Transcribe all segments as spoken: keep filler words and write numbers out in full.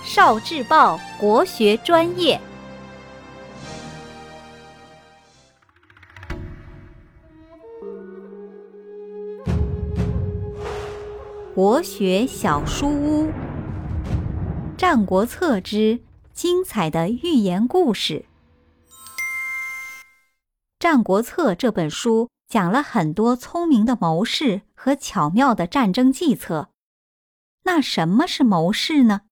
少智报国学专业。国学小书屋，《战国策》之精彩的寓言故事。《战国策》这本书讲了很多聪明的谋士和巧妙的战争计策。那什么是谋士呢？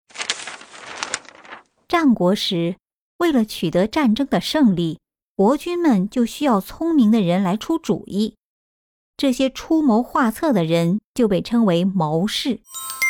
战国时，为了取得战争的胜利，国君们就需要聪明的人来出主意。这些出谋划策的人就被称为谋士。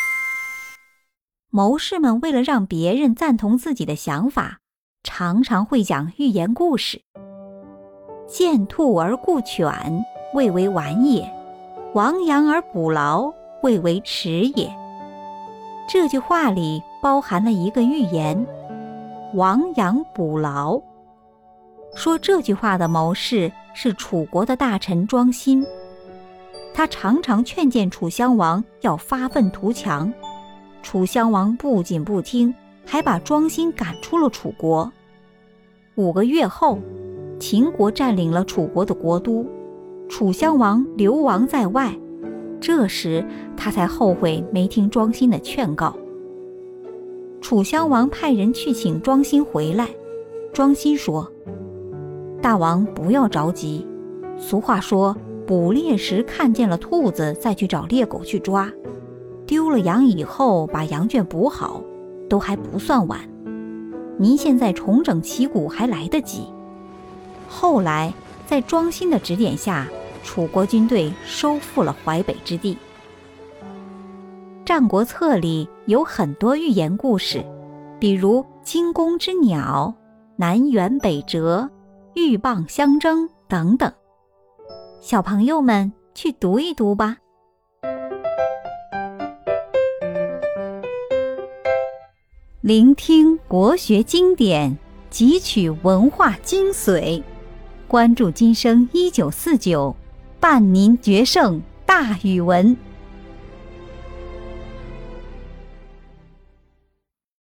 谋士们为了让别人赞同自己的想法，常常会讲寓言故事。见兔而顾犬，谓为晚也；亡羊而补牢，谓为迟也。这句话里包含了一个寓言，亡羊补牢。说这句话的谋士是楚国的大臣庄辛，他常常劝谏楚襄王要发愤图强，楚襄王不仅不听，还把庄辛赶出了楚国。五个月后，秦国占领了楚国的国都，楚襄王流亡在外。这时他才后悔没听庄辛的劝告。楚襄王派人去请庄辛回来，庄辛说：大王不要着急，俗话说捕猎时看见了兔子再去找猎狗去抓，丢了羊以后把羊圈补好，都还不算晚。您现在重整旗鼓还来得及。后来在庄辛的指点下，楚国军队收复了淮北之地。战国策里有很多寓言故事，比如惊弓之鸟、南辕北辙、鹬蚌相争等等。小朋友们去读一读吧。聆听国学经典，汲取文化精髓，关注今生一九四九，伴您决胜大语文。